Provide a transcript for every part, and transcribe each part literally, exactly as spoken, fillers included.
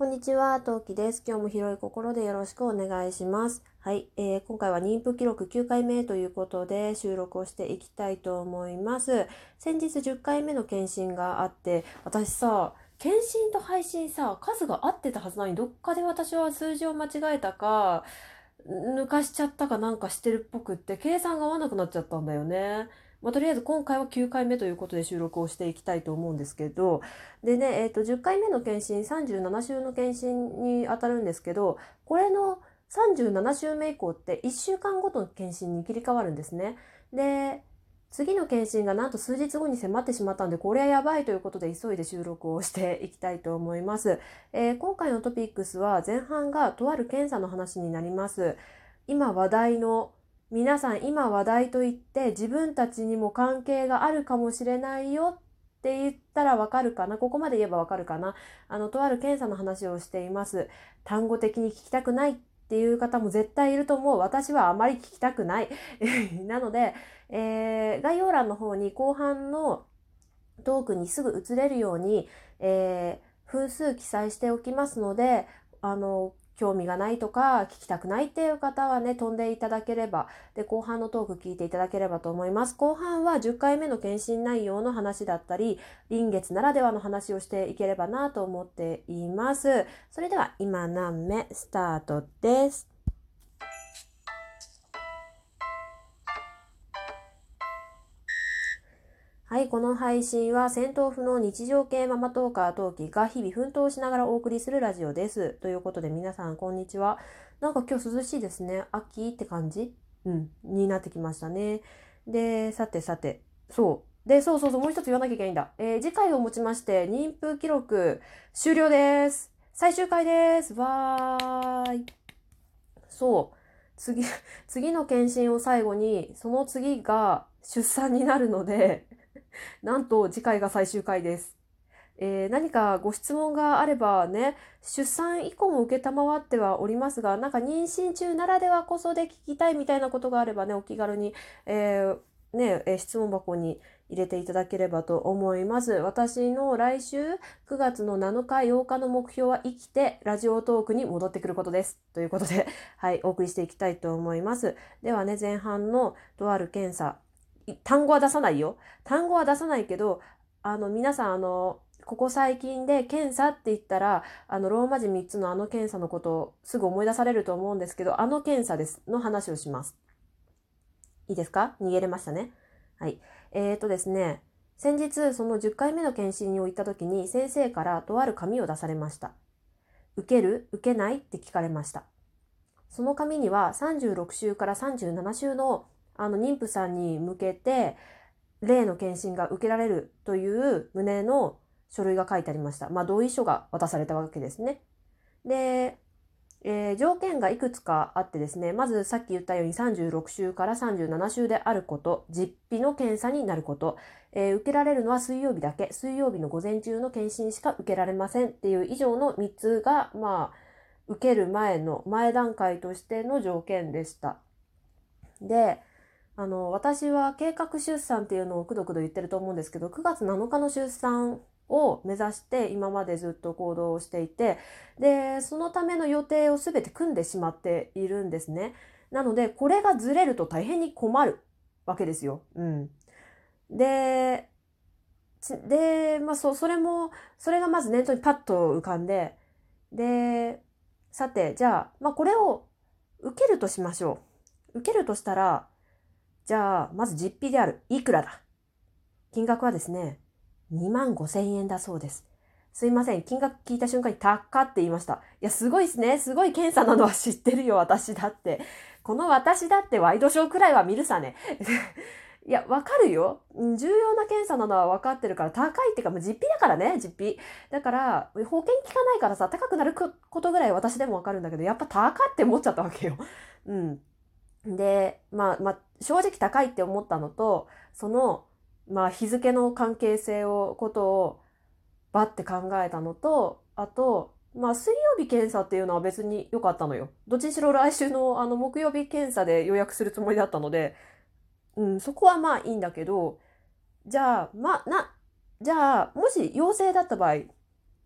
こんにちは、トウキです。今日も広い心でよろしくお願いします。はい、えー、今回は妊婦記録きゅうかいめということで収録をしていきたいと思います。先日じゅっかいめの検診があって、私さ、検診と配信さ、数が合ってたはずなのに、どっかで私は数字を間違えたか、抜かしちゃったかなんかしてるっぽくって、計算が合わなくなっちゃったんだよね。まあ、とりあえず今回はきゅうかいめということで収録をしていきたいと思うんですけど、でね、えっと、じゅっかいめの検診、さんじゅうなな週の検診に当たるんですけど、これのさんじゅうなな週目以降っていっしゅうかんごとの検診に切り替わるんですね。で、次の検診がなんと数日後に迫ってしまったんで、これはやばいということで急いで収録をしていきたいと思います。えー今回のトピックスは前半がとある検査の話になります。今話題の、皆さん今話題と言って自分たちにも関係があるかもしれないよって言ったらわかるかな、ここまで言えばわかるかな。あの、とある検査の話をしています。単語的に聞きたくないっていう方も絶対いると思う。私はあまり聞きたくない。なので、えー概要欄の方に後半のトークにすぐ移れるように、えー分数記載しておきますので、あの、興味がないとか聞きたくないっていう方はね、飛んでいただければ、で、後半のトーク聞いていただければと思います。後半はじゅっかいめの検診内容の話だったり、臨月ならではの話をしていければなと思っています。それでは、今何目スタートです。はい、この配信は戦闘不能日常系ママトーカートウキが日々奮闘しながらお送りするラジオです。ということで皆さんこんにちは。なんか今日涼しいですね。秋って感じうん、になってきましたね。で、さてさて、そう。で、そうそうそう、もう一つ言わなきゃいけないんだ。えー次回をもちまして妊婦記録終了です。最終回です。わーい。そう。次、次の検診を最後に、その次が出産になるので、なんと次回が最終回です。えー何かご質問があればね、出産以降も受けたまわってはおりますが、なんか妊娠中ならではこそで聞きたいみたいなことがあればね、お気軽に、えーね、えー質問箱に入れていただければと思います。私の来週くがつのなのか、ようかの目標は生きてラジオトークに戻ってくることです。ということで、はい、お送りしていきたいと思います。ではね、前半のとある検査、単語は出さないよ。単語は出さないけど、あの、皆さん、あの、ここ最近で検査って言ったら、あの、ローマ字みっつのあの検査のことをすぐ思い出されると思うんですけど、あの検査です。の話をします。いいですか？逃げれましたね。はい。えーとですね、先日、そのじゅっかいめの検診に行った時に、先生からとある紙を出されました。受ける？受けない？って聞かれました。その紙にはさんじゅうろく週からさんじゅうなな週のあの妊婦さんに向けて、例の検診が受けられるという旨の書類が書いてありました。まあ、同意書が渡されたわけですね。で、えー条件がいくつかあってですね、まずさっき言ったようにさんじゅうろく週からさんじゅうなな週であること、実費の検査になること、えー受けられるのは水曜日だけ、水曜日の午前中の検診しか受けられませんっていう以上のみっつが、まあ、受ける前の前段階としての条件でした。で、あの、私は計画出産っていうのをくどくど言ってると思うんですけど、くがつなのかの出産を目指して今までずっと行動をしていて、で、そのための予定をすべて組んでしまっているんですね。なので、これがずれると大変に困るわけですよ。うん。で、ちで、まあ、そう、それも、それがまず念頭にパッと浮かんで、で、さて、じゃあ、まあ、これを受けるとしましょう。受けるとしたら、じゃあ、まず実費である。いくらだ？金額はですね、にまんごせんえんだそうです。すいません。金額聞いた瞬間に高って言いました。いや、すごいですね。すごい検査なのは知ってるよ、私だって。この私だってワイドショーくらいは見るさね。いや、わかるよ。うん重要な検査なのは分かってるから、高いっていうか、もう実費だからね、実費。だから、保険効かないからさ、高くなることぐらい私でもわかるんだけど、やっぱ高って思っちゃったわけよ。うん。で、まあ、まあ、正直高いって思ったのと、その、まあ、日付の関係性を、ことを、バッて考えたのと、あと、まあ、水曜日検査っていうのは別に良かったのよ。どっちにしろ来週のあの木曜日検査で予約するつもりだったので、うん、そこはまあいいんだけど、じゃあ、まあ、な、じゃあ、もし陽性だった場合、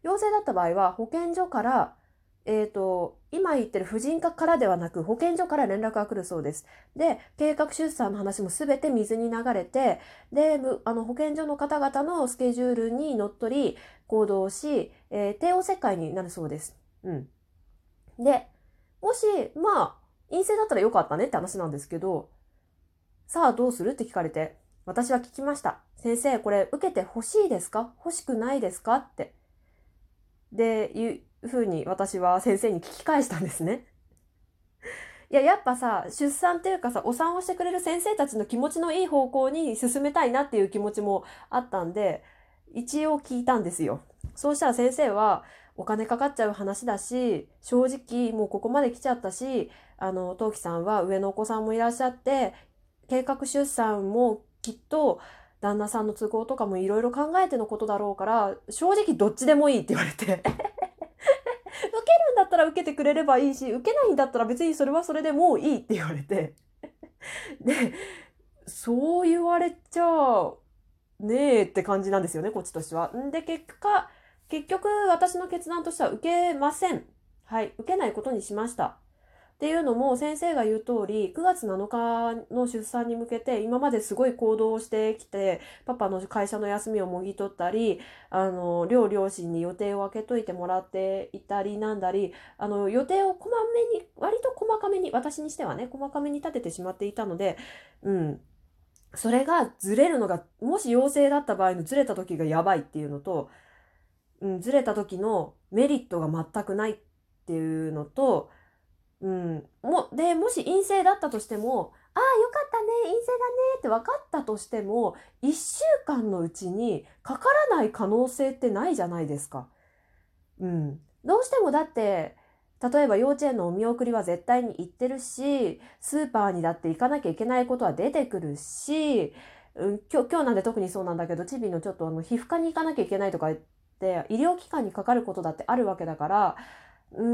陽性だった場合は保健所から、えーと、今言ってる婦人科からではなく保健所から連絡が来るそうです。で、計画出産の話もすべて水に流れて、で、あの保健所の方々のスケジュールにのっとり行動し、えー、帝王切開になるそうです。うん。で、もし、まあ、陰性だったらよかったねって話なんですけど、さあどうするって聞かれて、私は聞きました。先生、これ受けて欲しいですか？欲しくないですか？って。で、いうふうに私は先生に聞き返したんですね。いや、やっぱさ、出産っていうかさ、お産をしてくれる先生たちの気持ちのいい方向に進めたいなっていう気持ちもあったんで、一応聞いたんですよ。そうしたら先生は、お金かかっちゃう話だし、正直もうここまで来ちゃったし、あの、トウキさんは上のお子さんもいらっしゃって、計画出産もきっと旦那さんの都合とかもいろいろ考えてのことだろうから、正直どっちでもいいって言われて。受けるんだったら受けてくれればいいし、受けないんだったら別にそれはそれでもういいって言われて。で、そう言われちゃねえって感じなんですよね、こっちとしては。んで、結果、結局私の決断としては受けません。はい、受けないことにしました。っていうのも先生が言う通りくがつなのかの出産に向けて今まですごい行動をしてきて、パパの会社の休みをもぎ取ったり、あの両両親に予定を空けといてもらっていたりなんだり、あの予定をこまめに割と細かめに、私にしてはね細かめに立ててしまっていたので、うんそれがずれるのが、もし陽性だった場合のずれた時がやばいっていうのと、うん、ずれた時のメリットが全くないっていうのと、うん、もでもし陰性だったとしても、ああよかったね陰性だねって分かったとしても、いっしゅうかんのうちにかからない可能性ってないじゃないですか。うん、どうしてもだって例えば幼稚園のお見送りは絶対に行ってるし、スーパーにだって行かなきゃいけないことは出てくるし、うん、今日、今日なんで特にそうなんだけど、チビのちょっとあの皮膚科に行かなきゃいけないとか言って医療機関にかかることだってあるわけだから、うん、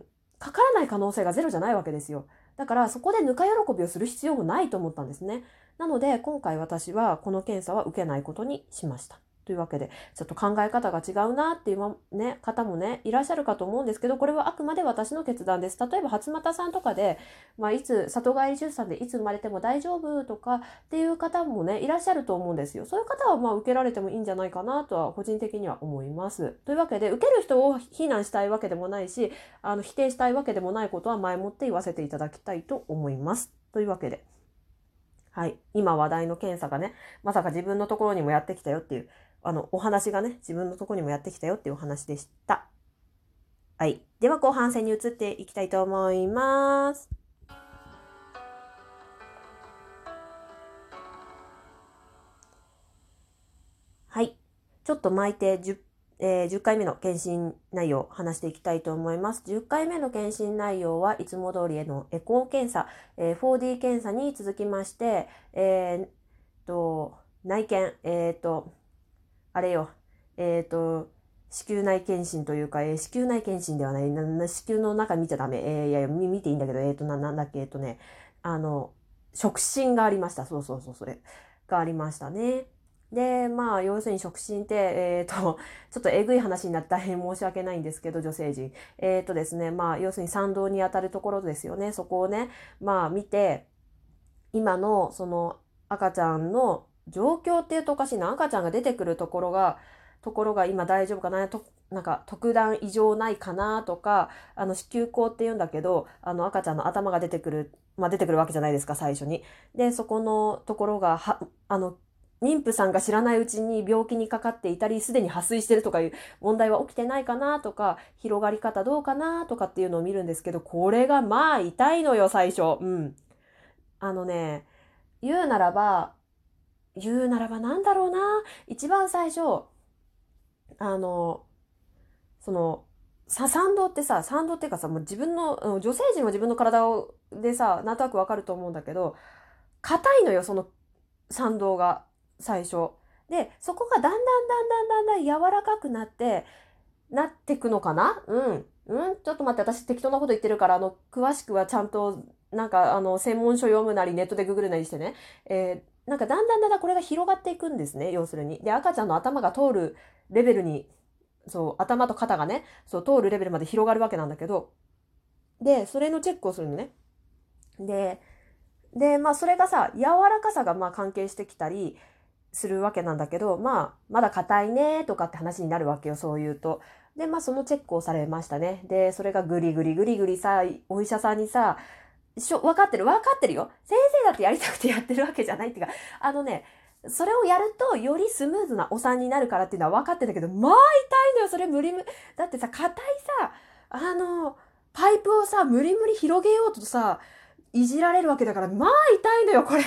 かからない可能性がゼロじゃないわけですよ。だからそこでぬか喜びをする必要もないと思ったんですね。なので今回私はこの検査は受けないことにしました。というわけで、ちょっと考え方が違うなっていう、ね、方もねいらっしゃるかと思うんですけど、これはあくまで私の決断です。例えば初股さんとかで、まあ、いつ里帰り出産でいつ生まれても大丈夫とかっていう方もねいらっしゃると思うんですよ。そういう方はまあ受けられてもいいんじゃないかなとは個人的には思います。というわけで、受ける人を非難したいわけでもないし、あの否定したいわけでもないことは前もって言わせていただきたいと思います。というわけで、はい、今話題の検査がね、まさか自分のところにもやってきたよっていう、あのお話がね自分のところにもやってきたよっていうお話でした。はい、では後半戦に移っていきたいと思います。はい、ちょっと巻いて 10, えー、じゅっかいめの検診内容を話していきたいと思います。じゅっかいめの検診内容はいつも通りへのエコー検査、えー、フォーディー 検査に続きまして、えー、と内見、えー、とあれよ、えっ、ー、と、子宮内検診というか、えー、子宮内検診ではない、なな子宮の中見ちゃダメ。えー、いやいや、見ていいんだけど、えっ、ー、と、な、なんだっけ、えっ、ー、とね、あの、触診がありました。そうそうそう、それがありましたね。で、まあ、要するに触診って、えっ、ー、と、ちょっとえぐい話になって大変申し訳ないんですけど、女性陣。えっ、ー、とですね、まあ、要するに産道にあたるところですよね。そこをね、まあ、見て、今の、その、赤ちゃんの状況っていうとおかしいな。赤ちゃんが出てくるところが、ところが今大丈夫かなと、なんか特段異常ないかなとか、あの子宮口って言うんだけど、あの赤ちゃんの頭が出てくる、まあ出てくるわけじゃないですか、最初に。で、そこのところが、は、あの、妊婦さんが知らないうちに病気にかかっていたり、すでに破水してるとかいう問題は起きてないかなとか、広がり方どうかなとかっていうのを見るんですけど、これがまあ痛いのよ、最初。うん。あのね、言うならば、言うならばなんだろうな。一番最初、あの、その、さ、賛同ってさ、賛同っていうかさ、もう自分の、女性陣は自分の体をでさ、なんとなくわかると思うんだけど、硬いのよ、その賛同が、最初。で、そこがだんだんだんだんだんだん柔らかくなって、なってくのかな。うん。うんちょっと待って、私適当なこと言ってるから、あの、詳しくはちゃんと、なんか、あの、専門書読むなり、ネットでググるなりしてね。えー、なんか、だんだんだんだんこれが広がっていくんですね、要するに。で、赤ちゃんの頭が通るレベルにそう、頭と肩がね、そう、通るレベルまで広がるわけなんだけど、で、それのチェックをするのね。で、で、まあ、それがさ、柔らかさがまあ関係してきたりするわけなんだけど、まあ、まだ硬いねとかって話になるわけよ、そう言うと。で、まあ、そのチェックをされましたね。で、それがグリグリグリグリさ、お医者さんにさ、しょ、分かってる、分かってるよ。先生だってやりたくてやってるわけじゃないっていうか、あのね、それをやるとよりスムーズなお産になるからっていうのは分かってたけど、まあ痛いのよ、それ無理無理。だってさ、硬いさ、あの、パイプをさ、無理無理広げようとさ、いじられるわけだから、まあ痛いのよ、これ。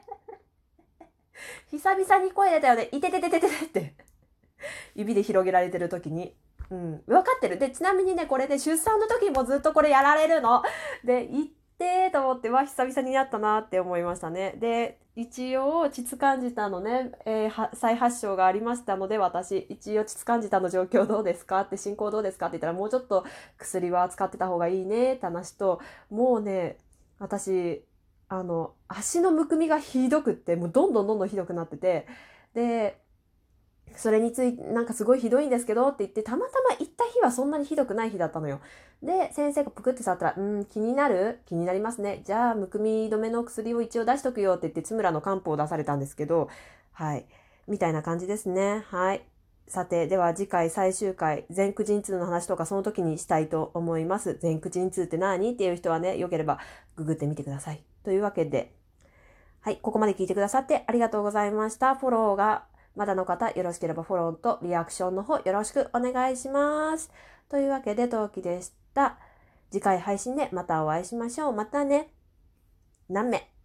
久々に声出たよね。いててててててって。指で広げられてる時に。うん。分かってる。で、ちなみにね、これね、出産の時もずっとこれやられるの。で、行ってと思って、わ、久々にやったなって思いましたね。で、一応、膣感じたのね、えー、再発症がありましたので、私、一応、膣感じたの状況どうですかって、進行どうですかって言ったら、もうちょっと薬は使ってた方がいいねって話と、もうね、私、あの、足のむくみがひどくって、もうどんどんどんどんひどくなってて、で、それについて、なんかすごいひどいんですけどって言って、たまたま行った日はそんなにひどくない日だったのよ。で、先生がぷくって触ったら、うん、気になる気になりますね。じゃあ、むくみ止めの薬を一応出しとくよって言って、津村の漢方を出されたんですけど、はい。みたいな感じですね。はい。さて、では次回最終回、前駆陣痛の話とかその時にしたいと思います。前駆陣痛って何っていう人はね、よければググってみてください。というわけで、はい、ここまで聞いてくださってありがとうございました。フォローがまだの方、よろしければフォローとリアクションの方よろしくお願いします。というわけで、トウキでした。次回配信でまたお会いしましょう。またね。何名